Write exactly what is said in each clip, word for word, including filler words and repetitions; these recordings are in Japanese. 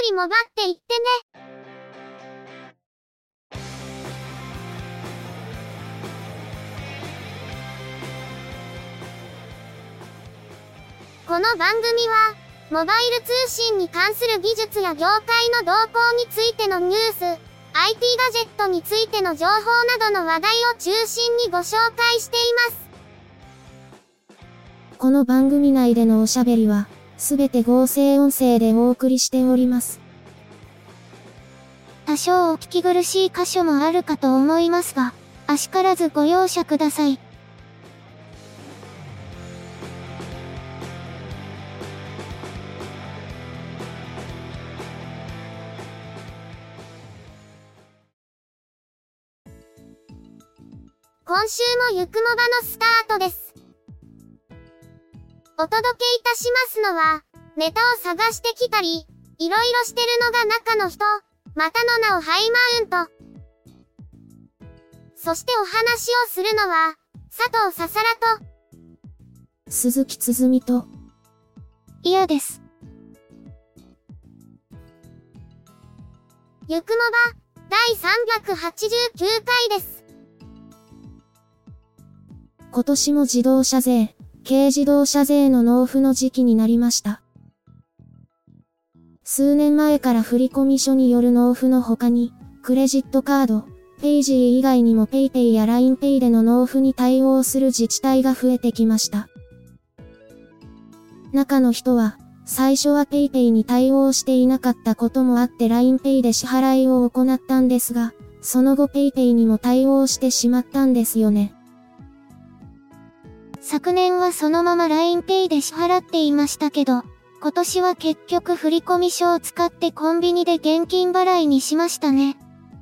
りもばっていってね。この番組は、モバイル通信に関する技術や業界の動向についてのニュース、アイティー ガジェットについての情報などの話題を中心にご紹介しています。 この番組内でのおしゃべりは、すべて合成音声でお送りしております。 多少お聞き苦しい箇所もあるかと思いますが、あしからずご容赦ください。今週もゆくもばのスタートです。お届けいたしますのは、ネタを探してきたり、いろいろしてるのが中の人、またの名をハイマウント。そしてお話をするのは、佐藤ささらと、 鈴木つづみと、 いやです。ゆくもば、だいさんびゃくはちじゅうきゅうかいです。 今年も自動車税、軽自動車税の納付の時期になりました。数年前から振込書による納付の他に、クレジットカード、ペイジー以外にも PayPay や ラインペイ での納付に対応する自治体が増えてきました。中の人は、最初は PayPay に対応していなかったこともあって ラインペイ で支払いを行ったんですが、その後 PayPay にも対応してしまったんですよね。 昨年はそのまま ラインペイ で支払っていましたけど、今年は結局振込書を使ってコンビニで現金払いにしましたね。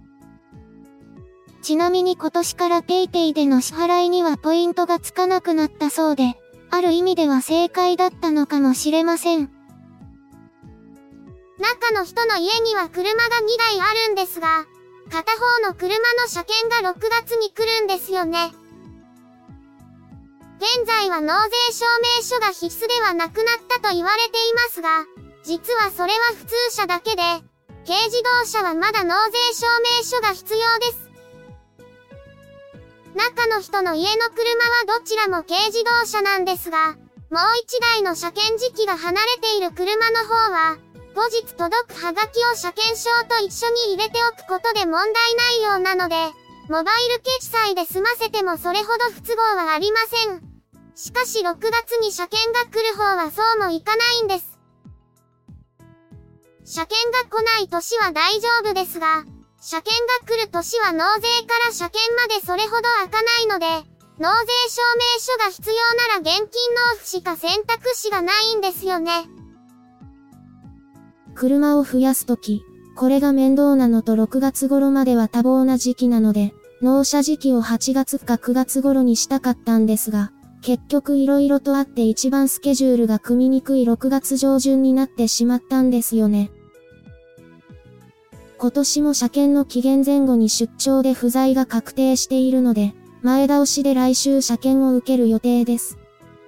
ちなみに今年から PayPay での支払いにはポイントがつかなくなったそうで、ある意味では正解だったのかもしれません。中の人の家には車がにだいあるんですが、片方の車の車検がろくがつに来るんですよね。現在は納税証明書が必須ではなくなったと言われていますが、実はそれは普通車だけで、軽自動車はまだ納税証明書が必要です。中の人の家の車はどちらも軽自動車なんですが、もう一台の車検時期が離れている車の方は、後日届くハガキを車検証と一緒に入れておくことで問題ないようなので、モバイル決済で済ませてもそれほど不都合はありません。しかしろくがつに車検が来る方はそうもいかないんです。車検が来ない年は大丈夫ですが、車検が来る年は納税から車検までそれほど開かないので、納税証明書が必要なら現金納付しか選択肢がないんですよね。 車を増やすとき、これが面倒なのとろくがつ頃までは多忙な時期なので、納車時期をはちがつかくがつ頃にしたかったんですが、結局色々とあって一番スケジュールが組みにくいろくがつ上旬になってしまったんですよね。今年も車検の期限前後に出張で不在が確定しているので、前倒しで来週車検を受ける予定です。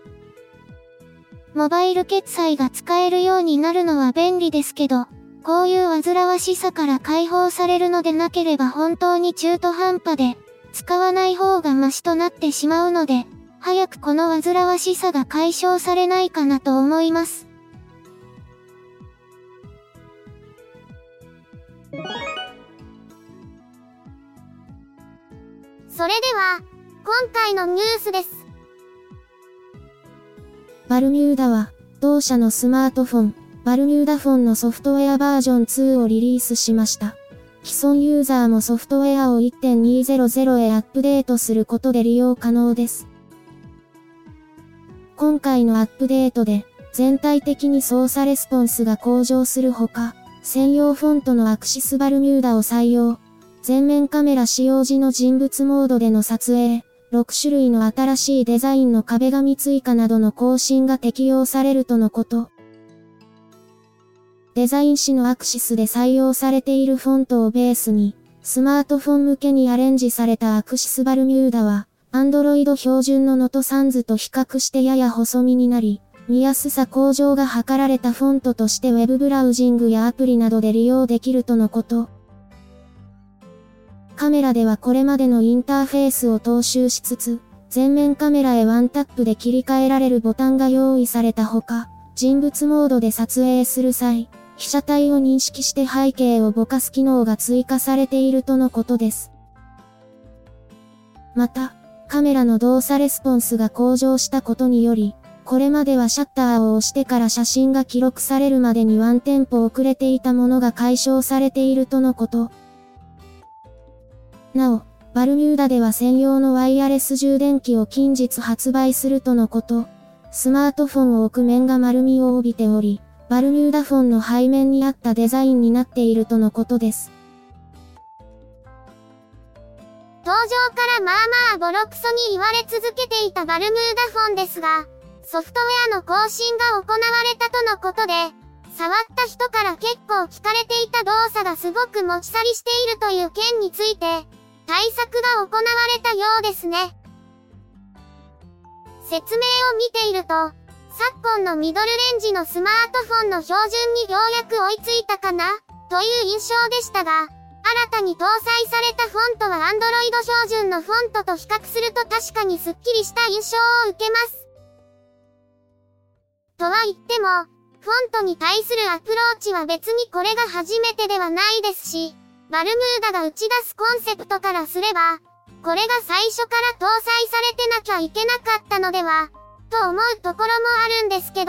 モバイル決済が使えるようになるのは便利ですけど、こういう煩わしさから解放されるのでなければ本当に中途半端で、使わない方がマシとなってしまうので、早くこの煩わしさが解消されないかなと思います。それでは、今回のニュースです。 バルミューダは、同社のスマートフォン、バルミューダフォンのソフトウェアバージョンツーをリリースしました。既存ユーザーもソフトウェアを いってんにひゃく へアップデートすることで利用可能です。今回のアップデートで、全体的に操作レスポンスが向上するほか、専用フォントのアクシスバルミューダを採用。全面カメラ使用時の人物モードでの撮影、ろくしゅるいの新しいデザインの壁紙追加などの更新が適用されるとのこと。デザイン誌のアクシスで採用されているフォントをベースに、スマートフォン向けにアレンジされたアクシスバルミューダは、Android 標準のノトサンズと比較してやや細身になり、 見やすさ向上が図られたフォントとしてウェブブラウジングやアプリなどで利用できるとのこと。カメラではこれまでのインターフェースを踏襲しつつ、前面カメラへワンタップで切り替えられるボタンが用意されたほか、人物モードで撮影する際、被写体を認識して背景をぼかす機能が追加されているとのことです。また、カメラの動作レスポンスが向上したことにより、これまではシャッターを押してから写真が記録されるまでにワンテンポ遅れていたものが解消されているとのこと。なお、バルミューダでは専用のワイヤレス充電器を近日発売するとのこと。スマートフォンを置く面が丸みを帯びており、バルミューダフォンの背面に合ったデザインになっているとのことです。 登場からまあまあボロクソに言われ続けていたバルムーダフォンですが、ソフトウェアの更新が行われたとのことで、触った人から結構聞かれていた動作がすごく持ち去りしているという件について、対策が行われたようですね。説明を見ていると、昨今のミドルレンジのスマートフォンの標準にようやく追いついたかな、という印象でしたが、新たに搭載されたフォントは Android 標準のフォントと比較すると確かにスッキリした印象を受けます。とは言っても、フォントに対するアプローチは別にこれが初めてではないですし、バルムーダが打ち出すコンセプトからすれば、これが最初から搭載されてなきゃいけなかったのでは、と思うところもあるんですけど、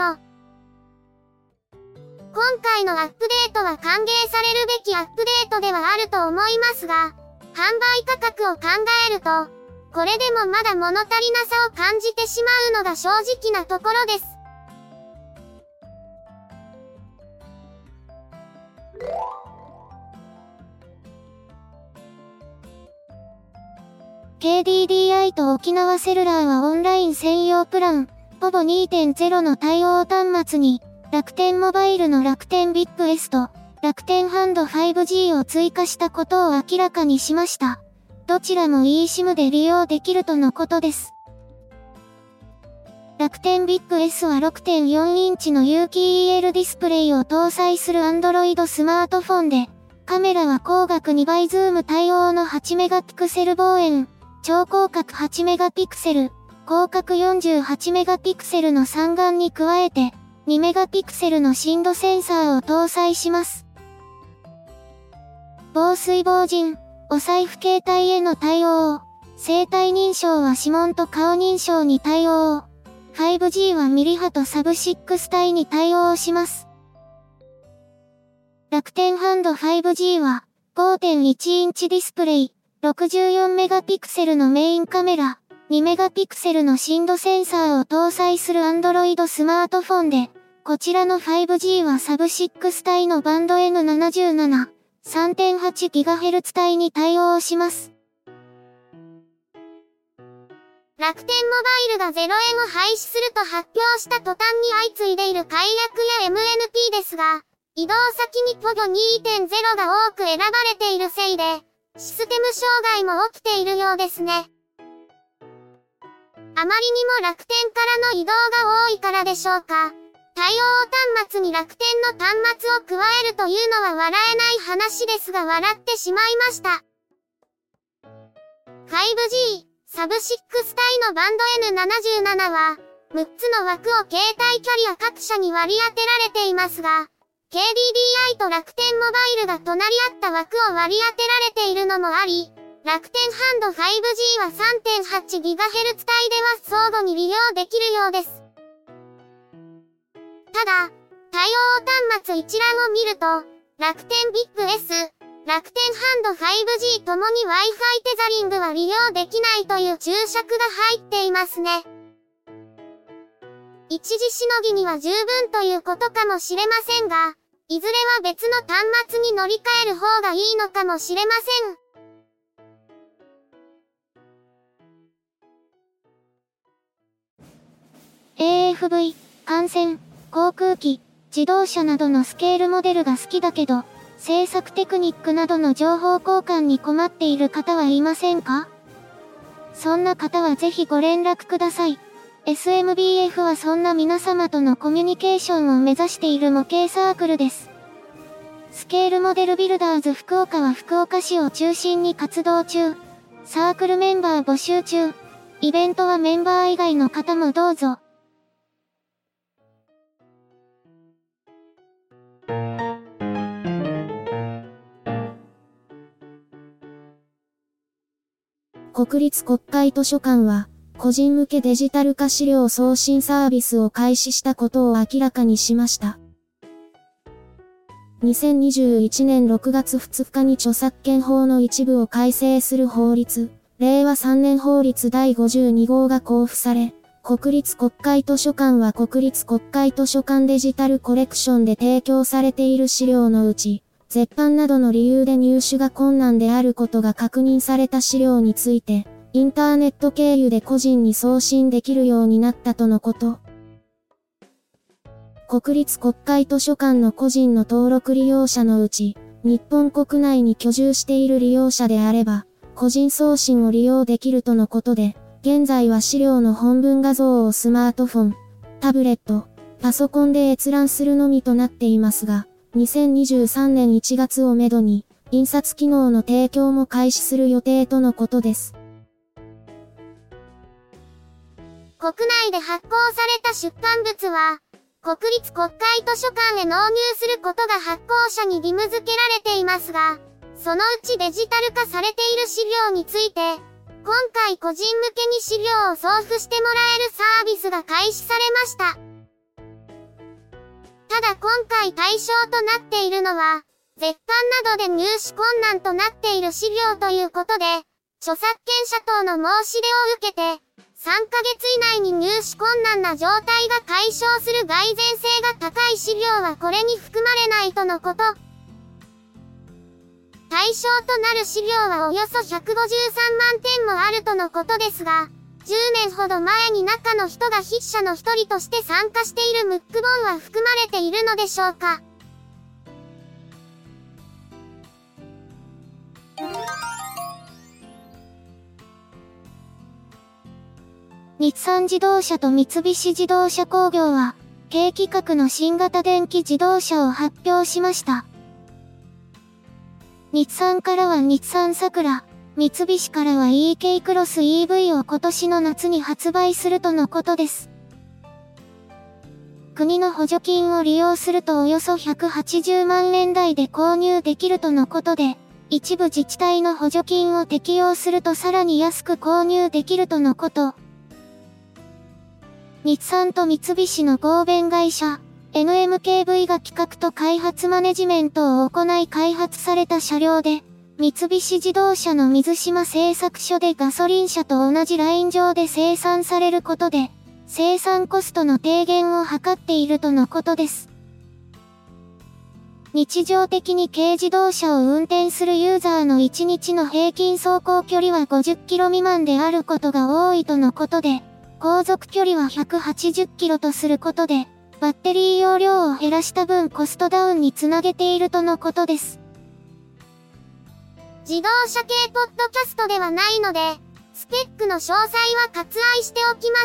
今回のアップデートは歓迎されるべきアップデートではあると思いますが、販売価格を考えると、これでもまだ物足りなさを感じてしまうのが正直なところです。 ケーディーディーアイ と沖縄セルラーはオンライン専用プラン、ポボ にてんゼロ の対応端末に、楽天モバイルの楽天ビッグ S と楽天ハンド ファイブジー を追加したことを明らかにしました。どちらも eSIM で利用できるとのことです。楽天ビッグ S は ろくてんよん インチの有機 イーエル ディスプレイを搭載する Android スマートフォンで、カメラは光学にばいズーム対応のはちメガピクセル望遠、超広角はちメガピクセル、広角よんじゅうはちメガピクセルの三眼に加えて、にメガピクセルの深度センサーを搭載します。防水防塵、お財布携帯への対応、生体認証は指紋と顔認証に対応、ファイブジー はミリ波とサブろく帯に対応します。楽天ハンド ファイブジー は ごてんいち インチディスプレイ、ろくじゅうよんメガピクセルのメインカメラ、にメガピクセルの深度センサーを搭載する Android スマートフォンで、こちらの ファイブジー はサブろく帯のバンド エヌななじゅうなな、さんてんはちギガヘルツ 帯に対応します。 楽天モバイルがゼロえんを廃止すると発表した途端に相次いでいる解約や エムエヌピー ですが、移動先にポゴ にてんゼロ が多く選ばれているせいで、システム障害も起きているようですね。あまりにも楽天からの移動が多いからでしょうか。対応端末に楽天の端末を加えるというのは笑えない話ですが笑ってしまいました。ファイブジー、サブろく帯のバンド エヌななじゅうなな は、むっつの枠を携帯キャリア各社に割り当てられていますが、ケーディーディーアイ と楽天モバイルが隣り合った枠を割り当てられているのもあり、楽天ハンド ファイブジー は さんてんはちギガヘルツ 帯では相互に利用できるようです。ただ、対応端末一覧を見ると、楽天ビッグ S、楽天ハンド ファイブジー ともに Wi-Fi テザリングは利用できないという注釈が入っていますね。一時しのぎには十分ということかもしれませんが、いずれは別の端末に乗り換える方がいいのかもしれません。 エーエフブイ、艦船、航空機、自動車などのスケールモデルが好きだけど、制作テクニックなどの情報交換に困っている方はいませんか？そんな方はぜひご連絡ください。 エスエムビーエフ はそんな皆様とのコミュニケーションを目指している模型サークルです。スケールモデルビルダーズ福岡は福岡市を中心に活動中。サークルメンバー募集中。イベントはメンバー以外の方もどうぞ。 国立国会図書館は、個人向けデジタル化資料送信サービスを開始したことを明らかにしました。にせんにじゅういちねんろくがつふつかに著作権法の一部を改正する法律、れいわさんねん法律だいごじゅうにごうが公布され、国立国会図書館は国立国会図書館デジタルコレクションで提供されている資料のうち、絶版などの理由で入手が困難であることが確認された資料について、インターネット経由で個人に送信できるようになったとのこと。国立国会図書館の個人の登録利用者のうち、日本国内に居住している利用者であれば、個人送信を利用できるとのことで、現在は資料の本文画像をスマートフォン、タブレット、パソコンで閲覧するのみとなっていますが、にせんにじゅうさんねんいちがつをめどに、印刷機能の提供も開始する予定とのことです。 国内で発行された出版物は、国立国会図書館へ納入することが発行者に義務付けられていますが、そのうちデジタル化されている資料について、今回個人向けに資料を送付してもらえるサービスが開始されました。ただ今回対象となっているのは、絶版などで入手困難となっている資料ということで、著作権者等の申し出を受けて、さんかげつ以内に入手困難な状態が解消する蓋然性が高い資料はこれに含まれないとのこと。対象となる資料はおよそひゃくごじゅうさんまんてんもあるとのことですが、じゅうねんほど前に中の人が筆者の一人として参加しているムック本は含まれているのでしょうか。 日産自動車と三菱自動車工業は、軽規格の新型電気自動車を発表しました。日産からは日産サクラ、三菱からは イーケー クロス イーブイ を今年の夏に発売するとのことです。国の補助金を利用するとおよそひゃくはちじゅうまんえん台で購入できるとのことで、一部自治体の補助金を適用するとさらに安く購入できるとのこと。日産と三菱の合弁会社、エヌエムケーブイ が企画と開発マネジメントを行い開発された車両で、三菱自動車の水島製作所でガソリン車と同じライン上で生産されることで、生産コストの低減を図っているとのことです。日常的に軽自動車を運転するユーザーのいちにちの平均走行距離はごじゅっキロ未満であることが多いとのことで、航続距離はひゃくはちじゅっキロとすることで、バッテリー容量を減らした分コストダウンにつなげているとのことです。 自動車系ポッドキャストではないので、スペックの詳細は割愛しておきます。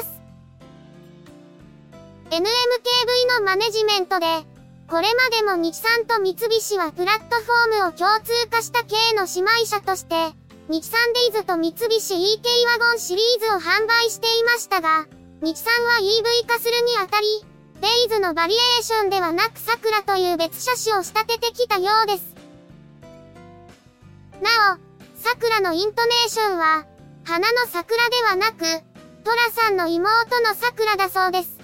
エヌエムケーブイ のマネジメントで、これまでも日産と三菱はプラットフォームを共通化した軽の姉妹車として、日産デイズと三菱 イーケー ワゴンシリーズを販売していましたが、日産は イーブイ 化するにあたり、デイズのバリエーションではなくサクラという別車種を仕立ててきたようです。なお、サクラのイントネーションは、花の桜ではなく、トラさんの妹のサクラだそうです。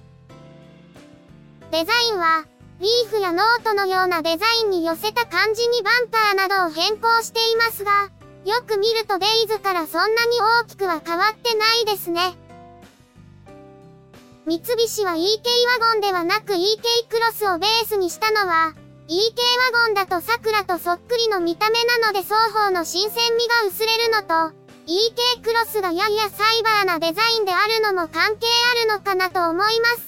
デザインは、リーフやノートのようなデザインに寄せた感じにバンパーなどを変更していますが、よく見るとデイズからそんなに大きくは変わってないですね。三菱は イーケー ワゴンではなく イーケー クロスをベースにしたのは、イーケー ワゴンだとサクラとそっくりの見た目なので双方の新鮮味が薄れるのと、イーケー クロスがややサイバーなデザインであるのも関係あるのかなと思います。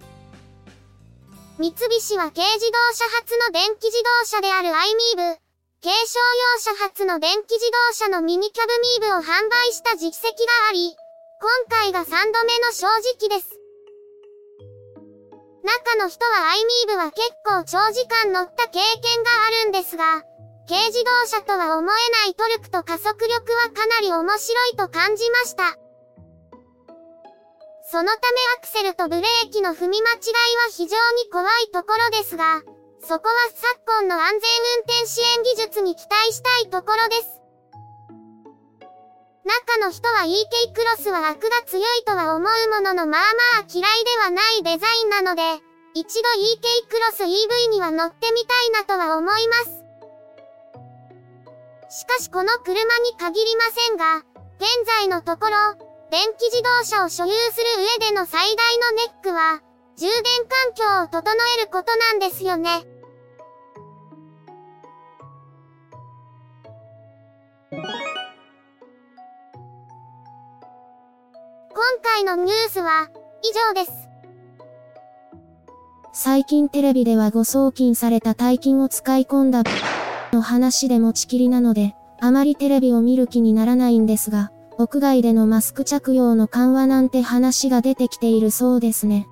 三菱は軽自動車初の電気自動車である アイミーブ、軽商用車初の電気自動車のミニキャブミーブを販売した実績があり、 今回がさんどめの正直です。中の人はアイミーブは結構長時間乗った経験があるんですが、軽自動車とは思えないトルクと加速力はかなり面白いと感じました。そのためアクセルとブレーキの踏み間違いは非常に怖いところですが、そこは昨今の安全運転支援技術に期待したいところです。中の人は イーケー クロスは悪が強いとは思うもののまあまあ嫌いではないデザインなので、一度 イーケー クロス イーブイ には乗ってみたいなとは思います。しかしこの車に限りませんが、現在のところ、電気自動車を所有する上での最大のネックは、充電環境を整えることなんですよね。今回のニュースは以上です。 最近テレビでは誤送金された大金を使い込んだの話で持ちきりなので、あまりテレビを見る気にならないんですが、屋外でのマスク着用の緩和なんて話が出てきているそうですね。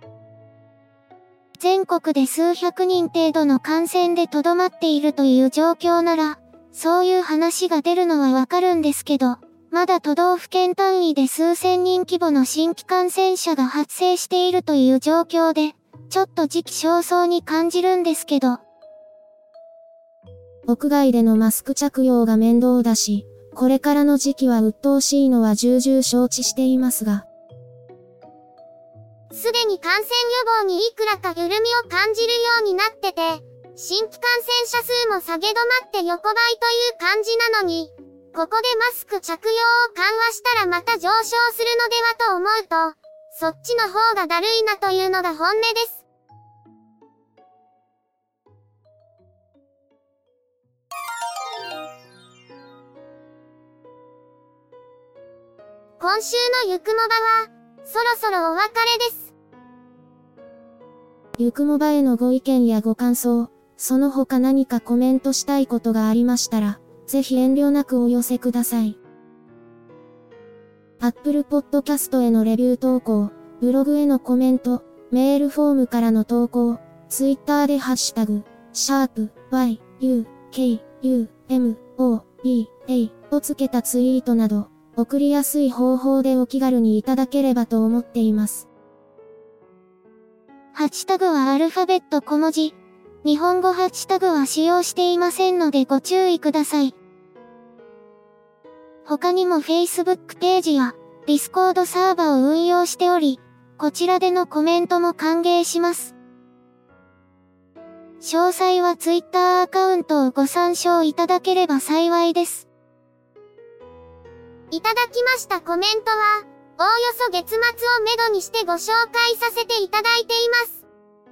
全国で数百人程度の感染でとどまっているという状況なら、そういう話が出るのはわかるんですけど、まだ都道府県単位で数千人規模の新規感染者が発生しているという状況で、ちょっと時期尚早に感じるんですけど。 屋外でのマスク着用が面倒だし、これからの時期は鬱陶しいのは重々承知していますが。 すでに感染予防にいくらか緩みを感じるようになってて、新規感染者数も下げ止まって横ばいという感じなのに、ここでマスク着用を緩和したらまた上昇するのではと思うと、そっちの方がだるいなというのが本音です。今週のゆくもばは、そろそろお別れです。 ゆくもばへのご意見やご感想、その他何かコメントしたいことがありましたら、ぜひ遠慮なくお寄せください。Apple Podcast へのレビュー投稿、ブログへのコメント、メールフォームからの投稿、Twitter でハッシュタグ、シャープ y, u, k, u, m, o, b, a をつけたツイートなど、送りやすい方法でお気軽にいただければと思っています。 ハッシュタグはアルファベット小文字。日本語ハッシュタグは使用していませんのでご注意ください。他にも Facebook ページや Discord サーバを運用しており、こちらでのコメントも歓迎します。詳細は Twitter アカウントをご参照いただければ幸いです。 いただきましたコメントは、おおよそ月末をめどにしてご紹介させていただいています。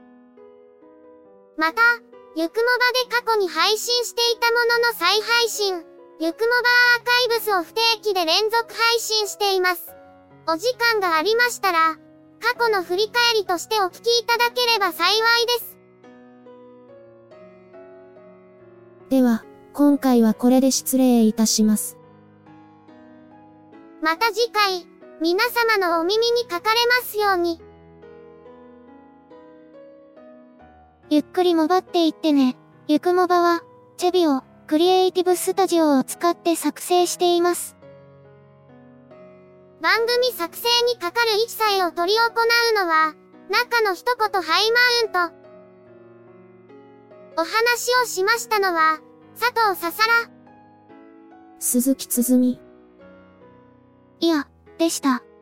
また、ゆくもばで過去に配信していたものの再配信、ゆくもばアーカイブスを不定期で連続配信しています。お時間がありましたら、過去の振り返りとしてお聞きいただければ幸いです。 では、今回はこれで失礼いたします。 また次回、皆様のお耳にかかれますように。 ゆっくりもばっていってね。ゆくもばは、チェビオ、クリエイティブスタジオを使って作成しています。 番組作成にかかる一切を執り行うのは、中の一言ハイマウント。お話をしましたのは、佐藤ささら、 鈴木つづみ、 いや、でした。